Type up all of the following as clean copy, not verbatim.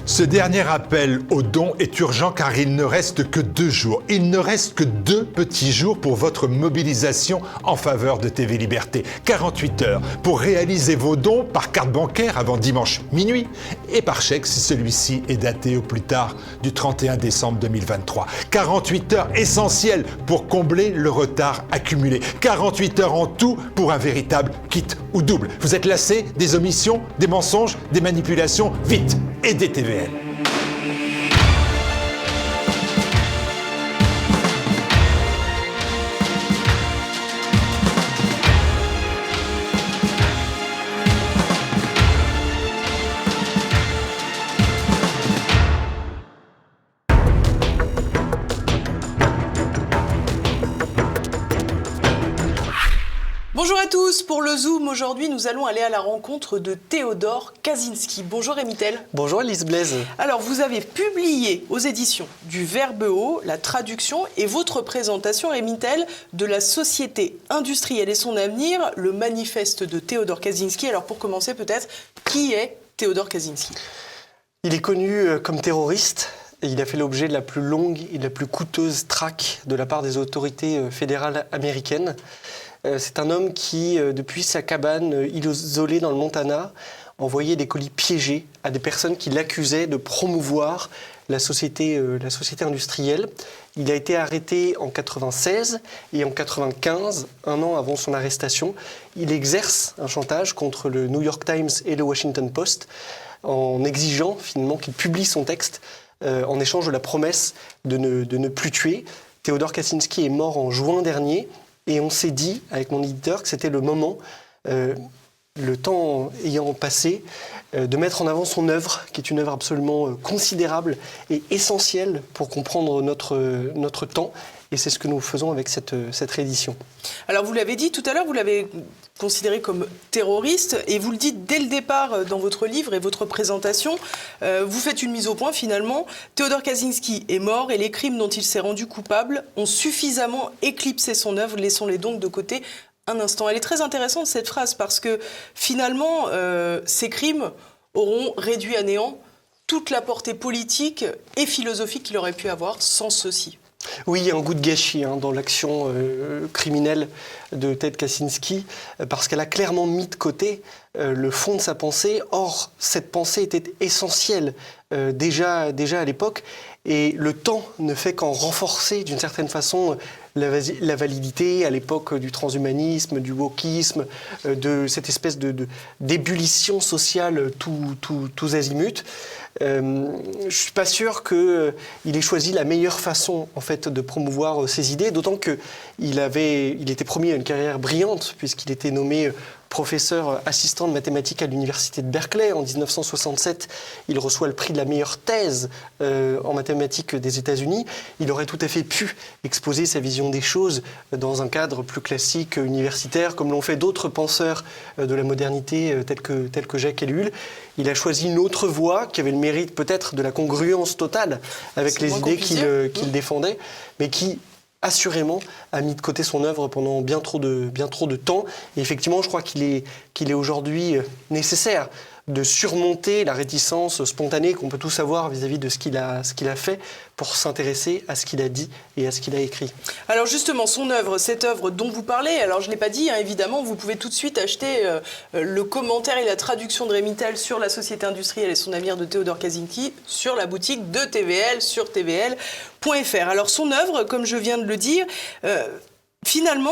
Ce dernier appel aux dons est urgent car il ne reste que 2 jours. Il ne reste que 2 petits jours pour votre mobilisation en faveur de TV Liberté. 48 heures pour réaliser vos dons par carte bancaire avant dimanche minuit et par chèque si celui-ci est daté au plus tard du 31 décembre 2023. 48 heures essentielles pour combler le retard accumulé. 48 heures en tout pour un véritable kit ou double. Vous êtes lassé des omissions, des mensonges, des manipulations? Vite, aidez TVL. Bonjour à tous, pour le Zoom, aujourd'hui nous allons aller à la rencontre de Théodore Kaczynski. Bonjour Rémi Tel. Bonjour Alice Blaise. Alors vous avez publié aux éditions du Verbe Haut la traduction et votre présentation Rémi Tel de la société industrielle et son avenir, le manifeste de Théodore Kaczynski. Alors pour commencer peut-être, qui est Théodore Kaczynski? Il est connu comme terroriste. Et il a fait l'objet de la plus longue et de la plus coûteuse traque de la part des autorités fédérales américaines. C'est un homme qui, depuis sa cabane isolée dans le Montana, envoyait des colis piégés à des personnes qui l'accusaient de promouvoir la société industrielle. Il a été arrêté en 1996 et en 1995, un an avant son arrestation, il exerce un chantage contre le New York Times et le Washington Post en exigeant finalement qu'il publie son texte en échange de la promesse de ne plus tuer. Théodore Kaczynski est mort en juin dernier. Et on s'est dit, avec mon éditeur, que c'était le moment, le temps ayant passé, de mettre en avant son œuvre, qui est une œuvre absolument considérable et essentielle pour comprendre notre temps. Et c'est ce que nous faisons avec cette réédition. Alors vous l'avez dit tout à l'heure, vous l'avez considéré comme terroriste et vous le dites dès le départ dans votre livre et votre présentation. Vous faites une mise au point finalement. Théodore Kaczynski est mort et les crimes dont il s'est rendu coupable ont suffisamment éclipsé son œuvre. Laissons-les donc de côté un instant. Elle est très intéressante cette phrase parce que finalement ces crimes auront réduit à néant toute la portée politique et philosophique qu'il aurait pu avoir sans ceci. Oui, il y a un goût de gâchis dans l'action criminelle de Ted Kaczynski, parce qu'elle a clairement mis de côté le fond de sa pensée. Or, cette pensée était essentielle déjà à l'époque, et le temps ne fait qu'en renforcer d'une certaine façon la validité à l'époque du transhumanisme, du wokisme, de cette espèce d'ébullition sociale tous azimuts. Je ne suis pas sûr qu'il ait choisi la meilleure façon en fait, de promouvoir ses idées, d'autant qu'il était promis à une carrière brillante, puisqu'il était nommé professeur assistant de mathématiques à l'université de Berkeley. En 1967, il reçoit le prix de la meilleure thèse en mathématiques des États-Unis. Il aurait tout à fait pu exposer sa vision des choses dans un cadre plus classique universitaire, comme l'ont fait d'autres penseurs de la modernité tels que Jacques Ellul. Il a choisi une autre voie qui avait le mérite peut-être de la congruence totale avec les idées qu'il défendait, mais qui assurément a mis de côté son œuvre pendant bien trop de temps. Et effectivement, je crois qu'il est aujourd'hui nécessaire de surmonter la réticence spontanée qu'on peut tous avoir vis-à-vis de ce qu'il a fait pour s'intéresser à ce qu'il a dit et à ce qu'il a écrit. Alors justement, son œuvre, cette œuvre dont vous parlez, alors je ne l'ai pas dit, évidemment, vous pouvez tout de suite acheter le commentaire et la traduction de Rémi Tel sur la société industrielle et son avenir de Théodore Kaczynski sur la boutique de TVL, sur tvl.fr. Alors son œuvre, comme je viens de le dire, finalement...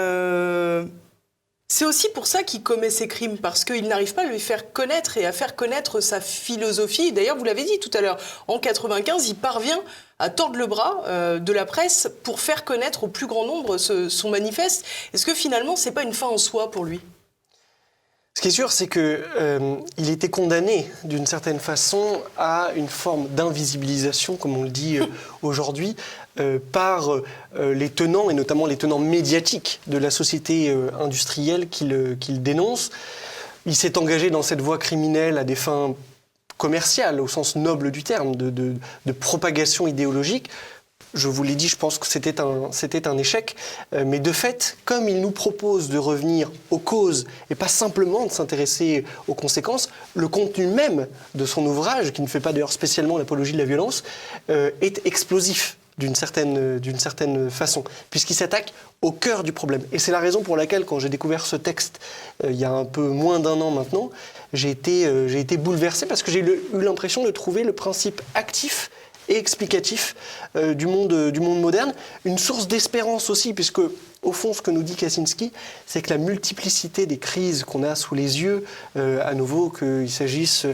c'est aussi pour ça qu'il commet ces crimes, parce qu'il n'arrive pas à lui faire connaître et à faire connaître sa philosophie. D'ailleurs, vous l'avez dit tout à l'heure, en 1995, il parvient à tordre le bras de la presse pour faire connaître au plus grand nombre son manifeste. Est-ce que finalement, ce n'est pas une fin en soi pour lui ? Ce qui est sûr, c'est qu'il était condamné d'une certaine façon à une forme d'invisibilisation, comme on le dit aujourd'hui, par les tenants, et notamment les tenants médiatiques de la société industrielle qu'il dénonce. Il s'est engagé dans cette voie criminelle à des fins commerciales, au sens noble du terme, de propagation idéologique. je vous l'ai dit, je pense que c'était un échec. Mais de fait, comme il nous propose de revenir aux causes et pas simplement de s'intéresser aux conséquences, le contenu même de son ouvrage, qui ne fait pas d'ailleurs spécialement l'apologie de la violence, est explosif d'une certaine façon, puisqu'il s'attaque au cœur du problème. Et c'est la raison pour laquelle, quand j'ai découvert ce texte, il y a un peu moins d'un an maintenant, j'ai été bouleversé, parce que j'ai eu l'impression de trouver le principe actif et explicatif du monde moderne, une source d'espérance aussi, puisque au fond, ce que nous dit Kaczynski, c'est que la multiplicité des crises qu'on a sous les yeux, à nouveau qu'il s'agisse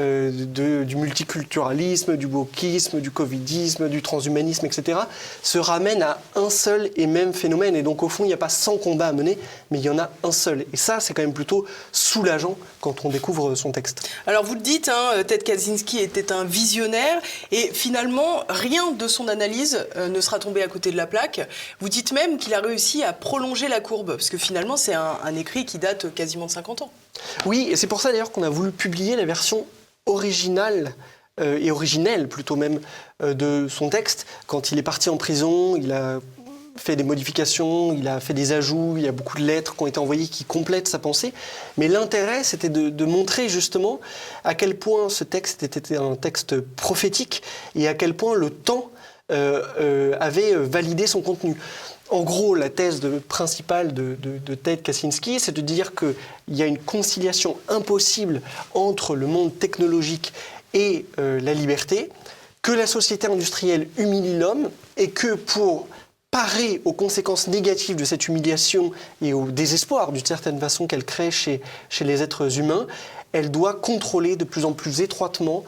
du multiculturalisme, du wokisme, du covidisme, du transhumanisme, etc., se ramène à un seul et même phénomène. Et donc, au fond, il n'y a pas 100 combats à mener, mais il y en a un seul. Et ça, c'est quand même plutôt soulageant quand on découvre son texte. Alors, vous le dites, Ted Kaczynski était un visionnaire, et finalement, rien de son analyse ne sera tombé à côté de la plaque. Vous dites même qu'il a réussi à prolonger la courbe, parce que finalement c'est un écrit qui date quasiment de 50 ans. Oui, et c'est pour ça d'ailleurs qu'on a voulu publier la version originale et originelle plutôt même de son texte. Quand il est parti en prison, il a fait des modifications, il a fait des ajouts, il y a beaucoup de lettres qui ont été envoyées qui complètent sa pensée. Mais l'intérêt, c'était de montrer justement à quel point ce texte était un texte prophétique et à quel point le temps avait validé son contenu. En gros, la thèse principale de Ted Kaczynski, c'est de dire qu'il y a une conciliation impossible entre le monde technologique et la liberté, que la société industrielle humilie l'homme et que pour parer aux conséquences négatives de cette humiliation et au désespoir, d'une certaine façon, qu'elle crée chez les êtres humains, elle doit contrôler de plus en plus étroitement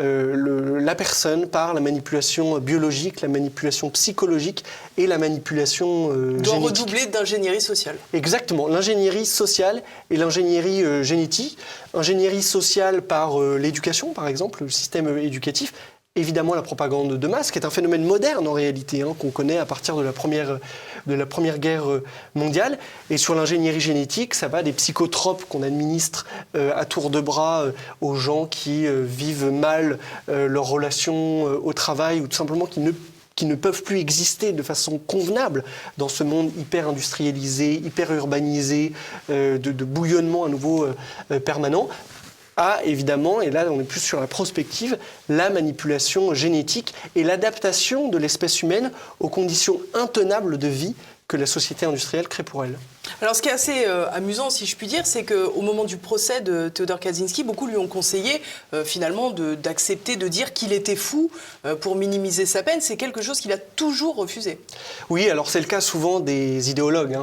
la personne par la manipulation biologique, la manipulation psychologique et la manipulation génétique. Doit redoubler d'ingénierie sociale. Exactement, l'ingénierie sociale et l'ingénierie génétique. Ingénierie sociale par l'éducation, par exemple, le système éducatif. Évidemment, la propagande de masse, qui est un phénomène moderne en réalité, qu'on connaît à partir de la Première Guerre mondiale. Et sur l'ingénierie génétique, ça va des psychotropes qu'on administre à tour de bras aux gens qui vivent mal leurs relations au travail ou tout simplement qui ne peuvent plus exister de façon convenable dans ce monde hyper industrialisé, hyper urbanisé, de bouillonnement à nouveau permanent. Évidemment, et là on est plus sur la prospective, la manipulation génétique et l'adaptation de l'espèce humaine aux conditions intenables de vie que la société industrielle crée pour elle. Alors ce qui est assez amusant, si je puis dire, c'est qu'au moment du procès de Theodor Kaczynski, beaucoup lui ont conseillé finalement d'accepter de dire qu'il était fou pour minimiser sa peine. C'est quelque chose qu'il a toujours refusé. Oui, alors c'est le cas souvent des idéologues.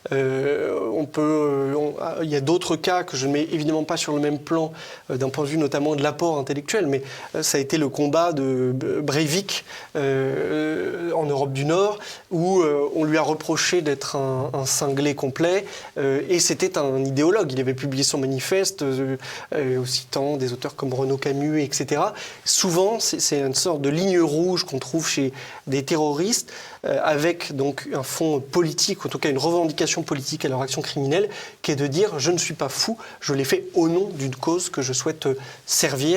Il y a d'autres cas que je ne mets évidemment pas sur le même plan d'un point de vue notamment de l'apport intellectuel, mais ça a été le combat de Breivik en Europe du Nord, où on lui a reproché d'être un cinglé complet. Et c'était un idéologue. Il avait publié son manifeste, citant des auteurs comme Renaud Camus, etc. Souvent, c'est une sorte de ligne rouge qu'on trouve chez des terroristes, avec donc un fond politique, en tout cas une revendication politique à leur action criminelle, qui est de dire « je ne suis pas fou, je l'ai fait au nom d'une cause que je souhaite servir ».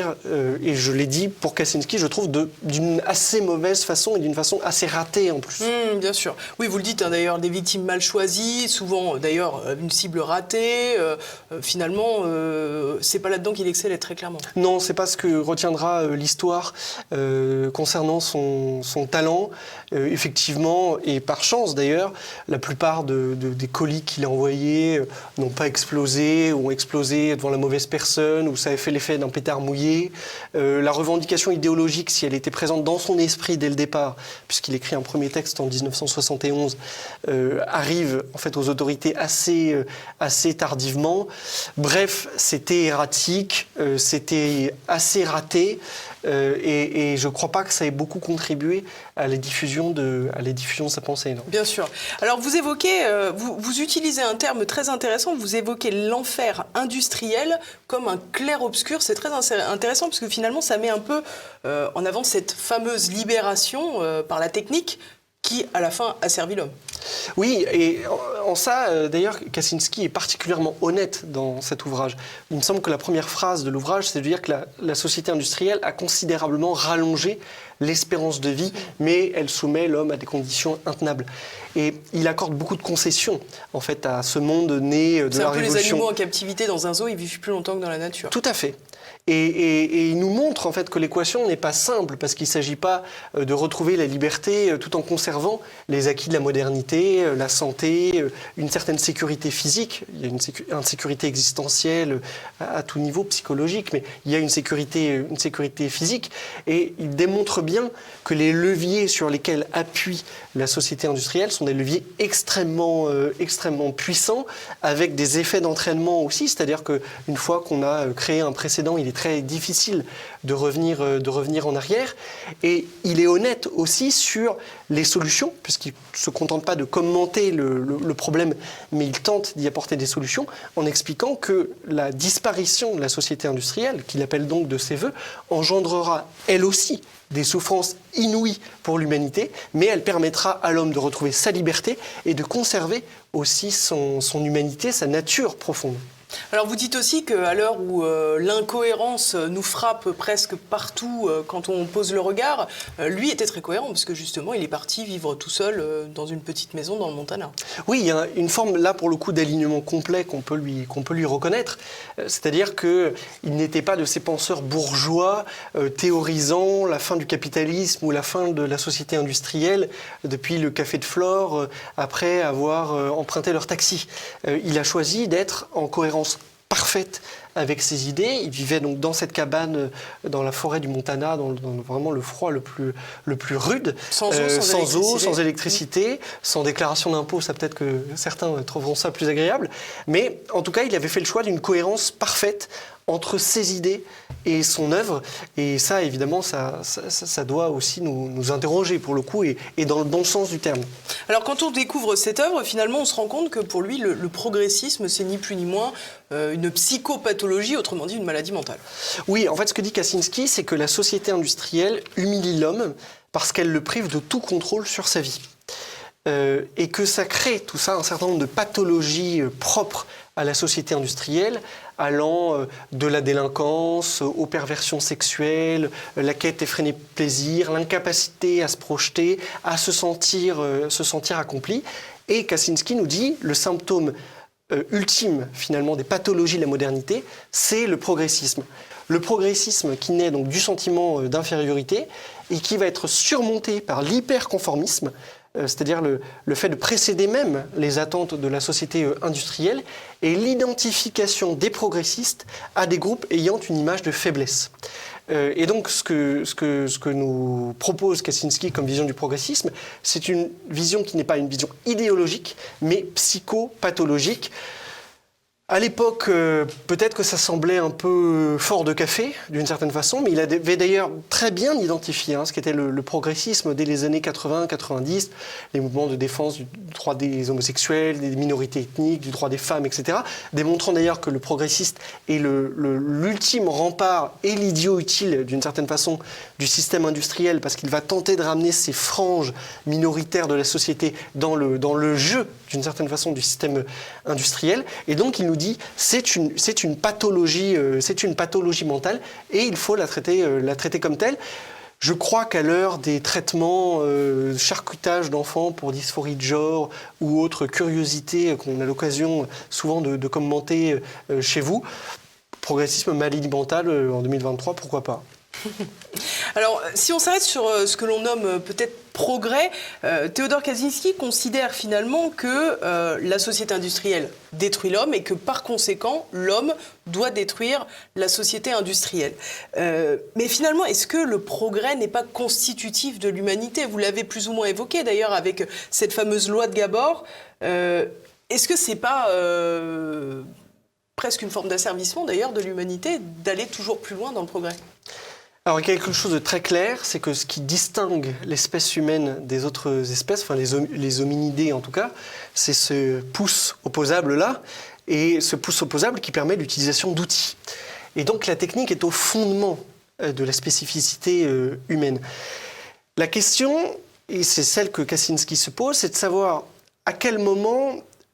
Et je l'ai dit pour Kaczynski, je trouve, d'une assez mauvaise façon et d'une façon assez ratée en plus. Bien sûr. Oui, vous le dites, d'ailleurs, des victimes mal choisies, souvent d'ailleurs une cible ratée. Finalement, c'est pas là-dedans qu'il excelle très clairement. Non, c'est pas ce que retiendra l'histoire concernant son talent. Effectivement, et par chance d'ailleurs, la plupart des colis qu'il a envoyés n'ont pas explosé, ou ont explosé devant la mauvaise personne, ou ça a fait l'effet d'un pétard mouillé. La revendication idéologique, si elle était présente dans son esprit dès le départ, puisqu'il écrit un premier texte en 1971, arrive en fait aux autorités assez tardivement. Bref, c'était erratique, c'était assez raté, et je ne crois pas que ça ait beaucoup contribué à la diffusion de sa pensée. Non. Bien sûr. Alors vous évoquez, vous utilisez un terme très intéressant, vous évoquez l'enfer industriel comme un clair-obscur. C'est très intéressant parce que finalement ça met un peu en avant cette fameuse libération par la technique qui, à la fin, a servi l'homme. Oui, et en ça, d'ailleurs, Kaczynski est particulièrement honnête dans cet ouvrage. Il me semble que la première phrase de l'ouvrage, c'est de dire que la société industrielle a considérablement rallongé l'espérance de vie, mais elle soumet l'homme à des conditions intenables. Et il accorde beaucoup de concessions, en fait, à ce monde né de la Révolution. C'est un peu les animaux en captivité dans un zoo, ils vivent plus longtemps que dans la nature. Tout à fait. Et il nous montre en fait que l'équation n'est pas simple parce qu'il ne s'agit pas de retrouver la liberté tout en conservant les acquis de la modernité, la santé, une certaine sécurité physique. Il y a une sécurité existentielle à tout niveau psychologique, mais il y a une sécurité physique. Et il démontre bien que les leviers sur lesquels appuie la société industrielle sont des leviers extrêmement puissants, avec des effets d'entraînement aussi. C'est-à-dire qu'une fois qu'on a créé un précédent, il est très difficile de revenir en arrière. Et il est honnête aussi sur les solutions, puisqu'il ne se contente pas de commenter le problème, mais il tente d'y apporter des solutions, en expliquant que la disparition de la société industrielle, qu'il appelle donc de ses voeux, engendrera elle aussi des souffrances inouïes pour l'humanité, mais elle permettra à l'homme de retrouver sa liberté et de conserver aussi son humanité, sa nature profonde. Alors vous dites aussi qu'à l'heure où l'incohérence nous frappe presque partout quand on pose le regard, lui était très cohérent parce que justement il est parti vivre tout seul dans une petite maison dans le Montana. Oui, il y a une forme là pour le coup d'alignement complet qu'on peut lui reconnaître, c'est-à-dire qu'il n'était pas de ces penseurs bourgeois théorisant la fin du capitalisme ou la fin de la société industrielle depuis le café de Flore après avoir emprunté leur taxi. Il a choisi d'être en cohérence parfaite avec ses idées. Il vivait donc dans cette cabane dans la forêt du Montana, dans vraiment le froid le plus rude. Sans eau, sans électricité, sans déclaration d'impôt. Ça peut-être que certains trouveront ça plus agréable. Mais en tout cas, il avait fait le choix d'une cohérence parfaite entre ses idées et son œuvre. Et ça, évidemment, ça doit aussi nous interroger, pour le coup, et dans le bon sens du terme. Alors, quand on découvre cette œuvre, finalement, on se rend compte que pour lui, le progressisme, c'est ni plus ni moins une psychopathologie, autrement dit, une maladie mentale. Oui, en fait, ce que dit Kaczynski, c'est que la société industrielle humilie l'homme parce qu'elle le prive de tout contrôle sur sa vie. Et que ça crée, tout ça, un certain nombre de pathologies propres à la société industrielle, allant de la délinquance aux perversions sexuelles, la quête effrénée de plaisir, l'incapacité à se projeter, à se sentir accompli. Et Kaczynski nous dit, le symptôme ultime, finalement, des pathologies de la modernité, c'est le progressisme. Le progressisme qui naît donc du sentiment d'infériorité et qui va être surmonté par l'hyperconformisme, c'est-à-dire le fait de précéder même les attentes de la société industrielle et l'identification des progressistes à des groupes ayant une image de faiblesse. Et donc ce que nous propose Kaczynski comme vision du progressisme, c'est une vision qui n'est pas une vision idéologique, mais psychopathologique. À l'époque, peut-être que ça semblait un peu fort de café, d'une certaine façon, mais il avait d'ailleurs très bien identifié ce qu'était le progressisme dès les années 80-90, les mouvements de défense du droit des homosexuels, des minorités ethniques, du droit des femmes, etc., démontrant d'ailleurs que le progressiste est l'ultime rempart et l'idiot utile, d'une certaine façon, du système industriel, parce qu'il va tenter de ramener ces franges minoritaires de la société dans le jeu, d'une certaine façon, du système industriel. Et donc, il nous dit c'est une pathologie mentale et il faut la traiter comme telle. Je crois qu'à l'heure des traitements charcutage d'enfants pour dysphorie de genre ou autres curiosités qu'on a l'occasion souvent de commenter chez vous, progressisme maladie mentale en 2023, pourquoi pas? Alors, si on s'arrête sur ce que l'on nomme peut-être progrès, Théodore Kaczynski considère finalement que la société industrielle détruit l'homme et que par conséquent, l'homme doit détruire la société industrielle. Mais finalement, est-ce que le progrès n'est pas constitutif de l'humanité? Vous l'avez plus ou moins évoqué d'ailleurs avec cette fameuse loi de Gabor. Est-ce que c'est pas presque une forme d'asservissement d'ailleurs de l'humanité d'aller toujours plus loin dans le progrès? Alors, il y a quelque chose de très clair, c'est que ce qui distingue l'espèce humaine des autres espèces, enfin les hominidés en tout cas, c'est ce pouce opposable-là, et ce pouce opposable qui permet l'utilisation d'outils. Et donc, la technique est au fondement de la spécificité humaine. La question et c'est celle que Kaczynski se pose, c'est de savoir à quel moment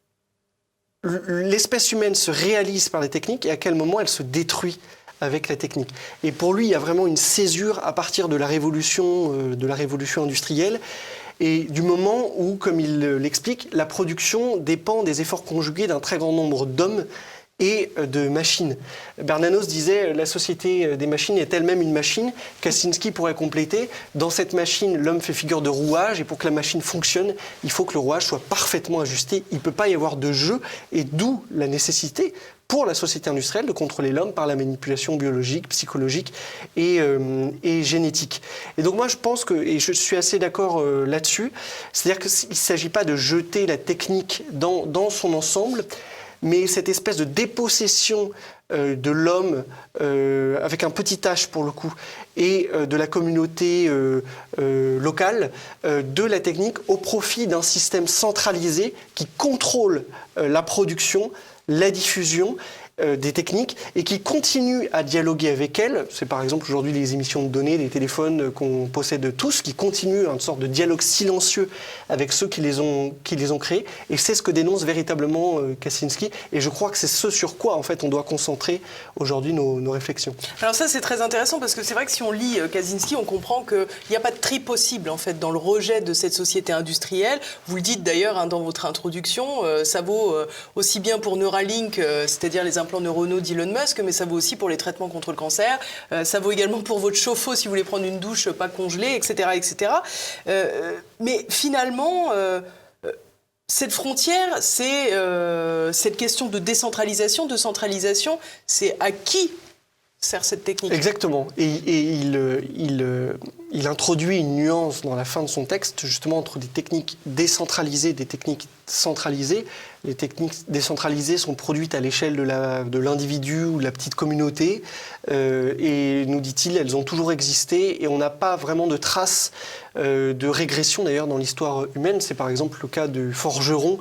l'espèce humaine se réalise par les techniques et à quel moment elle se détruit avec la technique. Et pour lui, il y a vraiment une césure à partir de la révolution industrielle et du moment où, comme il l'explique, la production dépend des efforts conjugués d'un très grand nombre d'hommes et de machines. Bernanos disait « La société des machines est elle-même une machine ». Kaczynski pourrait compléter « Dans cette machine, l'homme fait figure de rouage et pour que la machine fonctionne, il faut que le rouage soit parfaitement ajusté. Il ne peut pas y avoir de jeu et d'où la nécessité pour la société industrielle de contrôler l'homme par la manipulation biologique, psychologique et génétique. » Et donc moi je pense que, et je suis assez d'accord là-dessus, c'est-à-dire qu'il ne s'agit pas de jeter la technique dans son ensemble, mais cette espèce de dépossession de l'homme, avec un petit h pour le coup, et de la communauté locale, de la technique au profit d'un système centralisé qui contrôle la production, la diffusion des techniques et qui continue à dialoguer avec elles. C'est par exemple aujourd'hui les émissions de données, les téléphones qu'on possède tous, qui continuent une sorte de dialogue silencieux avec ceux qui les ont créés. Et c'est ce que dénonce véritablement Kaczynski. Et je crois que c'est ce sur quoi en fait on doit concentrer aujourd'hui nos réflexions. Alors ça c'est très intéressant parce que c'est vrai que si on lit Kaczynski, on comprend qu'il n'y a pas de tri possible en fait dans le rejet de cette société industrielle. Vous le dites d'ailleurs dans votre introduction, ça vaut aussi bien pour Neuralink, c'est-à-dire les implants neuronaux d'Elon Musk, mais ça vaut aussi pour les traitements contre le cancer, ça vaut également pour votre chauffe-eau si vous voulez prendre une douche pas congelée, etc. etc. Mais finalement, cette frontière, c'est cette question de décentralisation, de centralisation, c'est à qui sert cette technique? Exactement. Et il introduit une nuance dans la fin de son texte, justement entre des techniques décentralisées et des techniques centralisées. Les techniques décentralisées sont produites à l'échelle de l'individu ou de la petite communauté. Et nous dit-il, elles ont toujours existé et on n'a pas vraiment de traces de régression d'ailleurs dans l'histoire humaine. C'est par exemple le cas du forgeron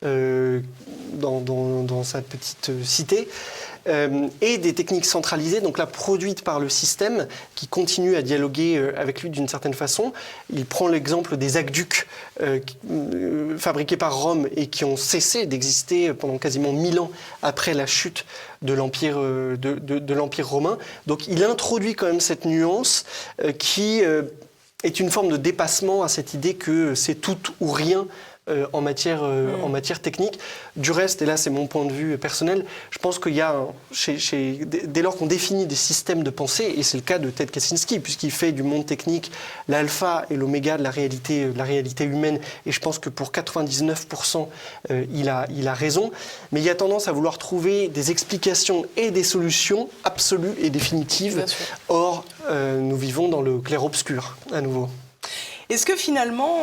dans sa petite cité. Et des techniques centralisées, donc là produites par le système, qui continue à dialoguer avec lui d'une certaine façon. Il prend l'exemple des aqueducs fabriqués par Rome et qui ont cessé d'exister pendant quasiment 1000 ans après la chute de l'Empire romain. Donc il introduit quand même cette nuance qui est une forme de dépassement à cette idée que c'est tout ou rien en matière technique. Du reste, et là c'est mon point de vue personnel, je pense qu'il y a, dès lors qu'on définit des systèmes de pensée, et c'est le cas de Ted Kaczynski, puisqu'il fait du monde technique l'alpha et l'oméga de la réalité humaine, et je pense que pour 99%, il a raison, mais il y a tendance à vouloir trouver des explications et des solutions absolues et définitives. Or, nous vivons dans le clair-obscur, à nouveau. Est-ce que finalement...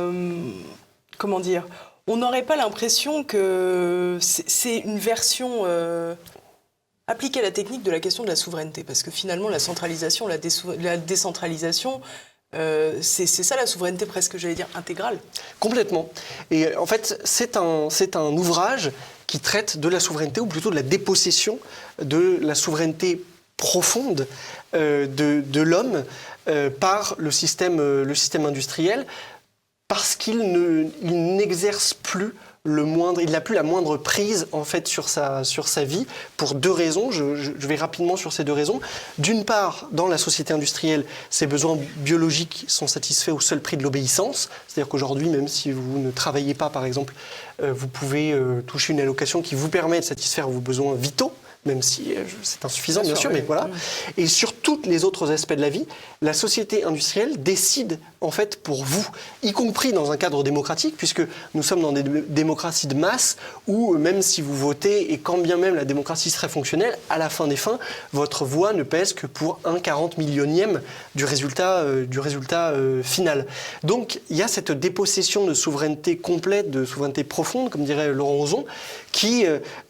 comment dire, on n'aurait pas l'impression que c'est une version appliquée à la technique de la question de la souveraineté? Parce que finalement, la centralisation, la décentralisation, c'est ça la souveraineté presque, j'allais dire, intégrale. Complètement. Et en fait, c'est un ouvrage qui traite de la souveraineté, ou plutôt de la dépossession de la souveraineté profonde de l'homme par le système industriel, parce qu'il n'exerce plus il n'a plus la moindre prise en fait sur sa vie pour deux raisons. Je vais rapidement sur ces deux raisons. D'une part, dans la société industrielle, ses besoins biologiques sont satisfaits au seul prix de l'obéissance. C'est-à-dire qu'aujourd'hui, même si vous ne travaillez pas, par exemple, vous pouvez toucher une allocation qui vous permet de satisfaire vos besoins vitaux, même si c'est insuffisant, bien sûr, mais voilà. Et sur tous les autres aspects de la vie, la société industrielle décide, en fait, pour vous, y compris dans un cadre démocratique, puisque nous sommes dans des démocraties de masse, où même si vous votez, et quand bien même la démocratie serait fonctionnelle, à la fin des fins, votre voix ne pèse que pour 1/40 millionième du résultat final. Donc, il y a cette dépossession de souveraineté complète, de souveraineté profonde, comme dirait Laurent Ozon, qui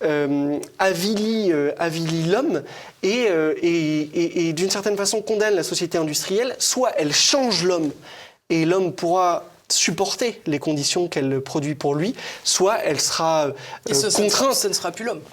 avilit l'homme et d'une certaine façon condamne la société industrielle. Soit elle change l'homme et l'homme pourra supporter les conditions qu'elle produit pour lui, soit elle sera contrainte. Ce ne sera plus l'homme.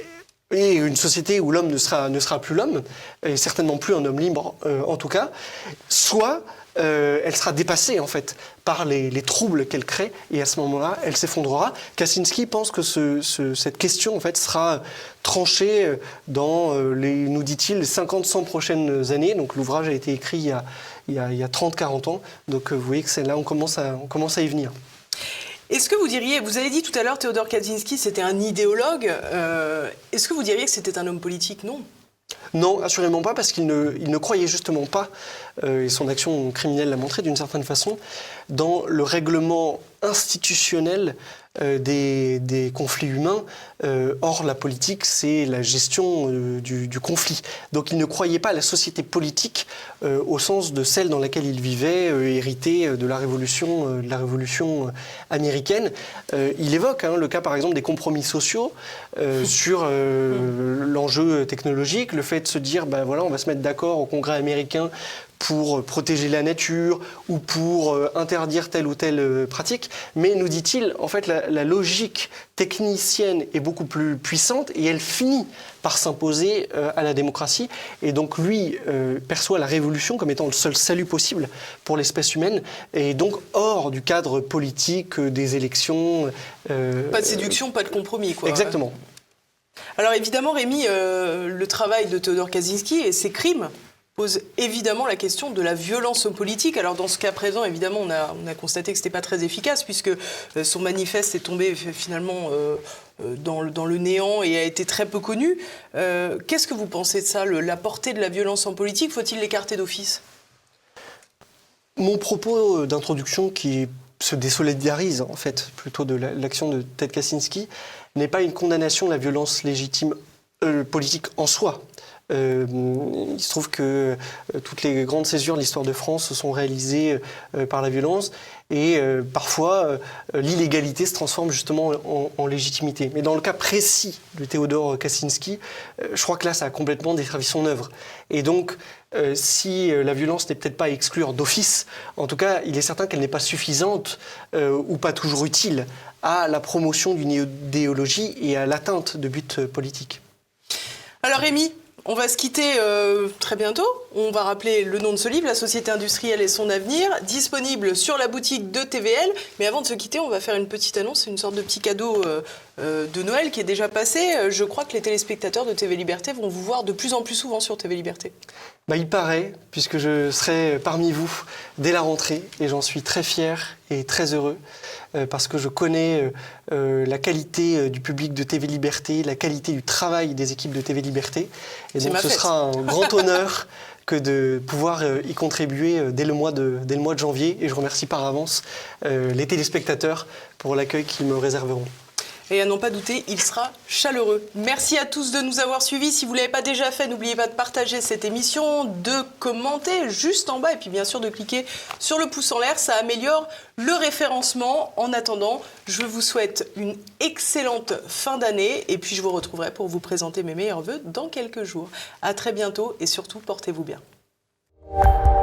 et une société où l'homme ne sera plus l'homme, et certainement plus un homme libre en tout cas, soit elle sera dépassée en fait par les troubles qu'elle crée, et à ce moment-là, elle s'effondrera. Kaczynski pense que cette question en fait sera tranchée dans nous dit-il, les 50-100 prochaines années. Donc l'ouvrage a été écrit il y a 30-40 ans. Donc vous voyez que c'est là on commence à y venir. Est-ce que vous diriez, vous avez dit tout à l'heure, Théodore Kaczynski, c'était un idéologue. Est-ce que vous diriez que c'était un homme politique? Non. Non, assurément pas, parce qu'il ne croyait justement pas, et son action criminelle l'a montré d'une certaine façon, dans le règlement institutionnel des conflits humains. Or, la politique, c'est la gestion du conflit. Donc, il ne croyait pas à la société politique au sens de celle dans laquelle il vivait, héritée de la révolution américaine. Il évoque le cas, par exemple, des compromis sociaux sur l'enjeu technologique, le fait de se dire, on va se mettre d'accord au Congrès américain pour protéger la nature ou pour interdire telle ou telle pratique. Mais, nous dit-il, en fait, la logique technicienne est beaucoup plus puissante et elle finit par s'imposer à la démocratie. Et donc, lui perçoit la révolution comme étant le seul salut possible pour l'espèce humaine, et donc hors du cadre politique des élections. Pas de séduction, pas de compromis, quoi. Exactement. Alors évidemment, Rémi, le travail de Théodore Kaczynski et ses crimes pose évidemment la question de la violence politique. Alors dans ce cas présent, évidemment, on a constaté que ce n'était pas très efficace, puisque son manifeste est tombé finalement dans le néant et a été très peu connu. Qu'est-ce que vous pensez de ça, la portée de la violence en politique? Faut-il l'écarter d'office? Mon propos d'introduction, qui se désolidarise en fait plutôt de l'action de Ted Kaczynski, n'est pas une condamnation de la violence légitime politique en soi. Il se trouve que toutes les grandes césures de l'histoire de France se sont réalisées par la violence, et parfois l'illégalité se transforme justement en légitimité. Mais dans le cas précis de Théodore Kaczynski, je crois que là ça a complètement desservi son œuvre. Et donc si la violence n'est peut-être pas à exclure d'office, en tout cas il est certain qu'elle n'est pas suffisante ou pas toujours utile à la promotion d'une idéologie et à l'atteinte de buts politiques. Alors Rémi, on va se quitter très bientôt. On va rappeler le nom de ce livre, La société industrielle et son avenir, disponible sur la boutique de TVL. Mais avant de se quitter, on va faire une petite annonce, une sorte de petit cadeau de Noël qui est déjà passé. Je crois que les téléspectateurs de TV Liberté vont vous voir de plus en plus souvent sur TV Liberté. Il paraît, puisque je serai parmi vous dès la rentrée, et j'en suis très fier et très heureux, parce que je connais la qualité du public de TV Liberté, la qualité du travail des équipes de TV Liberté. Et donc ce sera un grand honneur que de pouvoir y contribuer dès le mois de janvier. Et je remercie par avance les téléspectateurs pour l'accueil qu'ils me réserveront. Et à n'en pas douter, il sera chaleureux. Merci à tous de nous avoir suivis. Si vous ne l'avez pas déjà fait, n'oubliez pas de partager cette émission, de commenter juste en bas et puis bien sûr de cliquer sur le pouce en l'air. Ça améliore le référencement. En attendant, je vous souhaite une excellente fin d'année et puis je vous retrouverai pour vous présenter mes meilleurs vœux dans quelques jours. À très bientôt et surtout, portez-vous bien.